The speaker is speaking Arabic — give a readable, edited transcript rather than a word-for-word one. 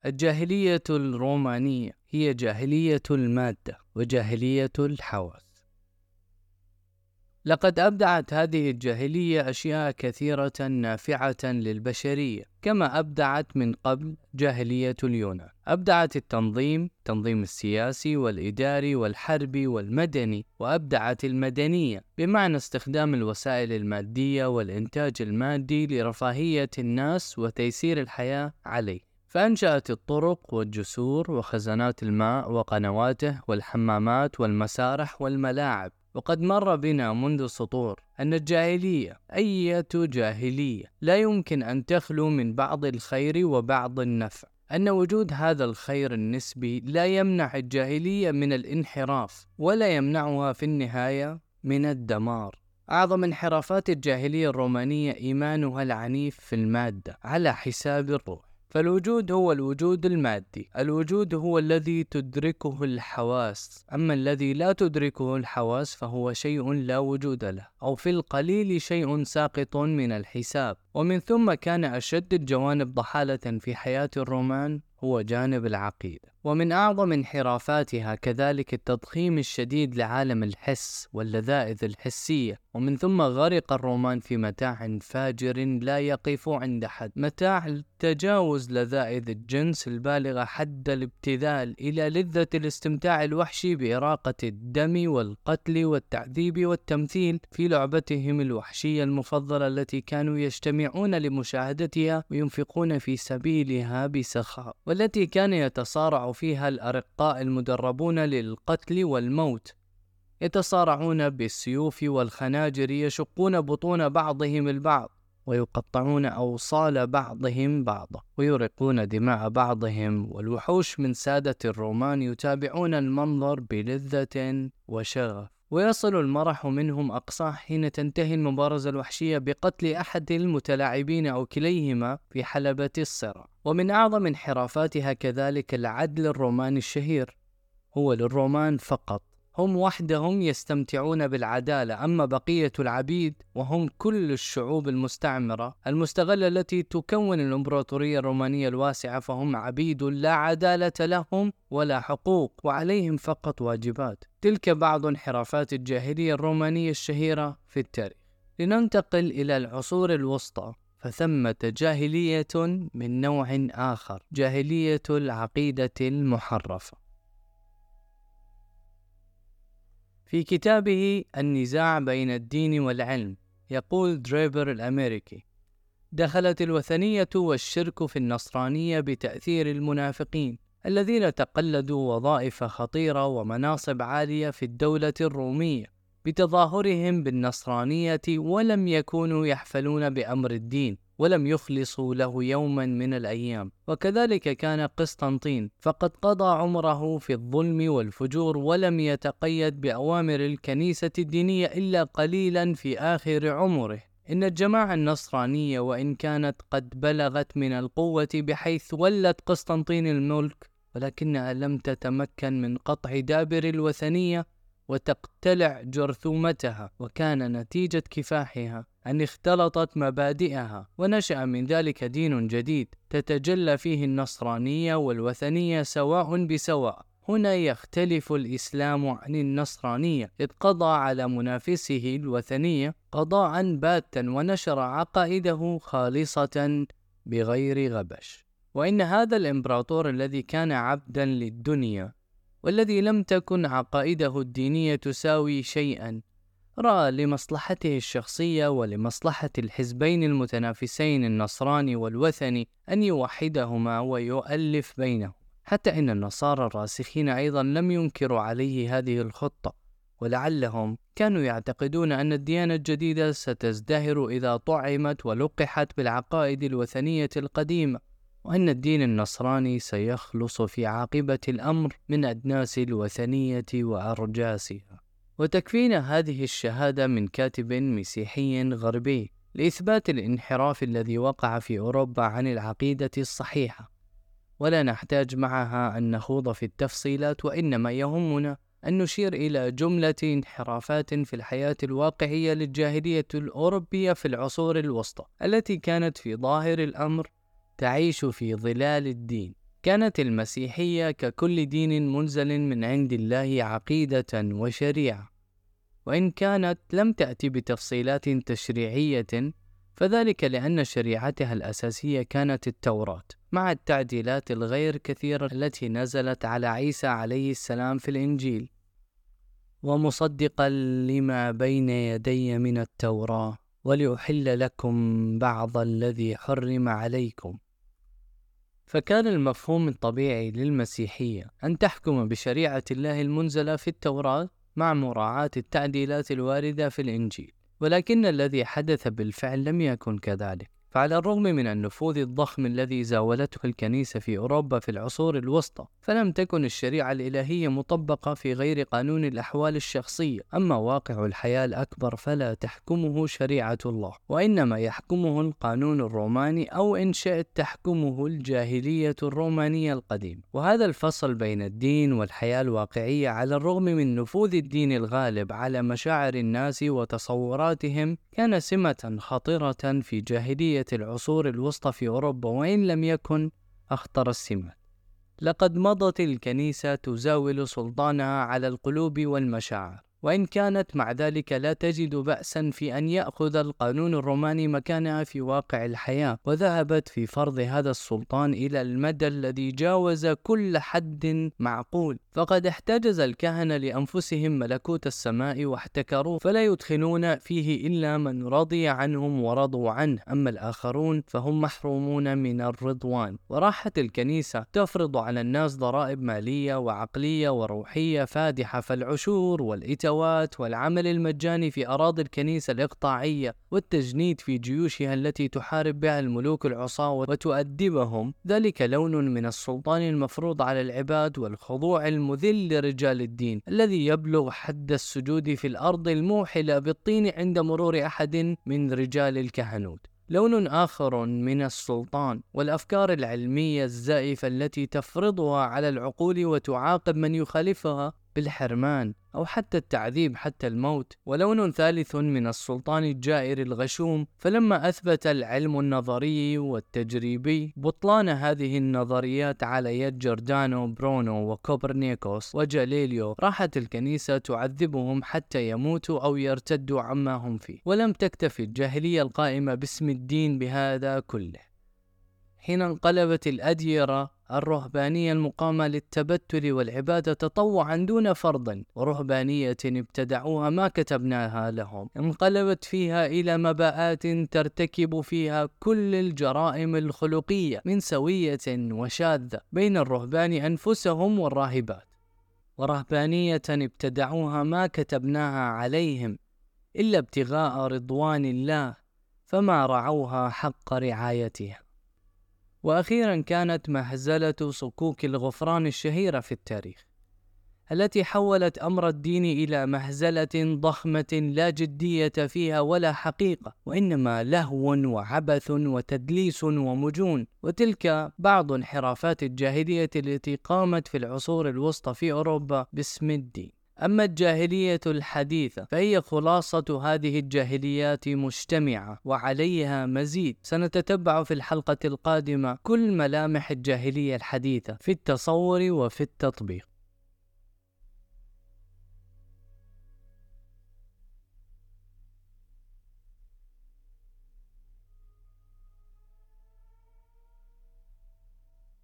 الجاهلية الرومانية هي جاهلية المادة وجاهلية الحواس. لقد أبدعت هذه الجاهلية أشياء كثيرة نافعة للبشرية، كما أبدعت من قبل جاهلية اليونان. أبدعت التنظيم السياسي والإداري والحربي والمدني، وأبدعت المدنية بمعنى استخدام الوسائل المادية والإنتاج المادي لرفاهية الناس وتيسير الحياة عليه. فأنشأت الطرق والجسور وخزانات الماء وقنواته والحمامات والمسارح والملاعب. وقد مر بنا منذ سطور أن الجاهلية أية جاهلية لا يمكن أن تخلو من بعض الخير وبعض النفع، أن وجود هذا الخير النسبي لا يمنع الجاهلية من الانحراف ولا يمنعها في النهاية من الدمار. أعظم انحرافات الجاهلية الرومانية إيمانها العنيف في المادة على حساب الروح. فالوجود هو الوجود المادي، الوجود هو الذي تدركه الحواس، أما الذي لا تدركه الحواس فهو شيء لا وجود له، أو في القليل شيء ساقط من الحساب. ومن ثم كان أشد الجوانب ضحالة في حياة الرومان هو جانب العقيدة، ومن أعظم انحرافاتها كذلك التضخيم الشديد لعالم الحس واللذائذ الحسية. ومن ثم غرق الرومان في متاع فاجر لا يقف عند حد، متاع تجاوز لذائذ الجنس البالغة حد الابتذال إلى لذة الاستمتاع الوحشي بإراقة الدم والقتل والتعذيب والتمثيل في لعبتهم الوحشية المفضلة التي كانوا يجتمعون لمشاهدتها وينفقون في سبيلها بسخاء، والتي كان يتصارع فيها الأرقاء المدربون للقتل والموت، يتصارعون بالسيوف والخناجر، يشقون بطون بعضهم البعض ويقطعون أوصال بعضهم بعضا ويرقون دماء بعضهم. والوحوش من سادة الرومان يتابعون المنظر بلذة وشغف، ويصل المرح منهم أقصاه حين تنتهي المبارزة الوحشية بقتل أحد المتلاعبين أو كليهما في حلبة الصراع. ومن أعظم انحرافاتها كذلك العدل الروماني الشهير، هو للرومان فقط، هم وحدهم يستمتعون بالعدالة، أما بقية العبيد وهم كل الشعوب المستعمرة المستغلة التي تكون الإمبراطورية الرومانية الواسعة فهم عبيد لا عدالة لهم ولا حقوق، وعليهم فقط واجبات. تلك بعض انحرافات الجاهلية الرومانية الشهيرة في التاريخ. لننتقل إلى العصور الوسطى، فثمة جاهلية من نوع آخر، جاهلية العقيدة المحرفة. في كتابه النزاع بين الدين والعلم يقول دريبر الأمريكي: دخلت الوثنية والشرك في النصرانية بتأثير المنافقين الذين تقلدوا وظائف خطيرة ومناصب عالية في الدولة الرومية بتظاهرهم بالنصرانية، ولم يكونوا يحفلون بأمر الدين ولم يخلصوا له يوما من الأيام. وكذلك كان قسطنطين، فقد قضى عمره في الظلم والفجور ولم يتقيد بأوامر الكنيسة الدينية إلا قليلا في آخر عمره. إن الجماعة النصرانية وإن كانت قد بلغت من القوة بحيث ولت قسطنطين الملك، ولكنها لم تتمكن من قطع دابر الوثنية وتقتلع جرثومتها، وكان نتيجة كفاحها أن اختلطت مبادئها ونشأ من ذلك دين جديد تتجلى فيه النصرانية والوثنية سواء بسواء. هنا يختلف الإسلام عن النصرانية، إذ قضى على منافسه الوثنية قضاء باتا ونشر عقائده خالصة بغير غبش. وإن هذا الإمبراطور الذي كان عبدا للدنيا والذي لم تكن عقائده الدينية تساوي شيئا، رأى لمصلحته الشخصية ولمصلحة الحزبين المتنافسين النصراني والوثني أن يوحدهما ويؤلف بينهم، حتى إن النصارى الراسخين أيضا لم ينكروا عليه هذه الخطة، ولعلهم كانوا يعتقدون أن الديانة الجديدة ستزدهر إذا طعمت ولقحت بالعقائد الوثنية القديمة، وأن الدين النصراني سيخلص في عاقبة الأمر من أدناس الوثنية وأرجاسها. وتكفينا هذه الشهادة من كاتب مسيحي غربي لإثبات الانحراف الذي وقع في أوروبا عن العقيدة الصحيحة، ولا نحتاج معها أن نخوض في التفصيلات، وإنما يهمنا أن نشير إلى جملة انحرافات في الحياة الواقعية للجاهلية الأوروبية في العصور الوسطى، التي كانت في ظاهر الأمر تعيش في ظلال الدين، كانت المسيحية ككل دين منزل من عند الله عقيدة وشريعة، وإن كانت لم تأتي بتفصيلات تشريعية، فذلك لأن شريعتها الأساسية كانت التوراة، مع التعديلات الغير كثيرة التي نزلت على عيسى عليه السلام في الإنجيل، ومصدقا لما بين يدي من التوراة ولأحل لكم بعض الذي حرم عليكم. فكان المفهوم الطبيعي للمسيحية أن تحكم بشريعة الله المنزلة في التوراة مع مراعاة التعديلات الواردة في الإنجيل، ولكن الذي حدث بالفعل لم يكن كذلك. فعلى الرغم من النفوذ الضخم الذي زاولته الكنيسة في أوروبا في العصور الوسطى، فلم تكن الشريعة الإلهية مطبقة في غير قانون الأحوال الشخصية. أما واقع الحياة الأكبر فلا تحكمه شريعة الله، وإنما يحكمه القانون الروماني، أو إن شئت تحكمه الجاهلية الرومانية القديمة. وهذا الفصل بين الدين والحياة الواقعية، على الرغم من نفوذ الدين الغالب على مشاعر الناس وتصوراتهم، كان سمة خطيرة في جاهلية العصور الوسطى في أوروبا، وإن لم يكن أخطر السمات. لقد مضت الكنيسة تزاول سلطانها على القلوب والمشاعر، وإن كانت مع ذلك لا تجد بأسا في أن يأخذ القانون الروماني مكانها في واقع الحياة، وذهبت في فرض هذا السلطان إلى المدى الذي جاوز كل حد معقول. فقد احتجز الكهنة لأنفسهم ملكوت السماء واحتكروه، فلا يدخلون فيه إلا من رضي عنهم ورضوا عنه، أما الآخرون فهم محرومون من الرضوان. وراحت الكنيسة تفرض على الناس ضرائب مالية وعقلية وروحية فادحة، فالعشور والإتوات والعمل المجاني في أراضي الكنيسة الإقطاعية والتجنيد في جيوشها التي تحارب بها الملوك العصاة وتؤدبهم، ذلك لون من السلطان المفروض على العباد والخضوع المذل لرجال الدين الذي يبلغ حد السجود في الأرض الموحلة بالطين عند مرور أحد من رجال الكهنوت. لون آخر من السلطان والأفكار العلمية الزائفة التي تفرضها على العقول وتعاقب من يخالفها بالحرمان أو حتى التعذيب حتى الموت. ولون ثالث من السلطان الجائر الغشوم، فلما أثبت العلم النظري والتجريبي بطلان هذه النظريات على يد جوردانو برونو وكوبرنيكوس وجاليليو، راحت الكنيسة تعذبهم حتى يموتوا أو يرتدوا عما هم فيه. ولم تكتفي الجاهلية القائمة باسم الدين بهذا كله، حين انقلبت الأديرة الرهبانية المقامة للتبتل والعبادة تطوعا دون فرض، ورهبانية ابتدعوها ما كتبناها لهم، انقلبت فيها إلى مباءات ترتكب فيها كل الجرائم الخلقية من سوية وشاذة بين الرهبان أنفسهم والراهبات، ورهبانية ابتدعوها ما كتبناها عليهم إلا ابتغاء رضوان الله، فما رعوها حق رعايتها. وأخيرا كانت مهزلة صكوك الغفران الشهيرة في التاريخ، التي حولت أمر الدين إلى مهزلة ضخمة لا جدية فيها ولا حقيقة، وإنما لهو وعبث وتدليس ومجون. وتلك بعض انحرافات الجاهلية التي قامت في العصور الوسطى في أوروبا باسم الدين. أما الجاهلية الحديثة فهي خلاصة هذه الجاهليات مجتمعة، وعليها مزيد. سنتتبع في الحلقة القادمة كل ملامح الجاهلية الحديثة في التصور وفي التطبيق.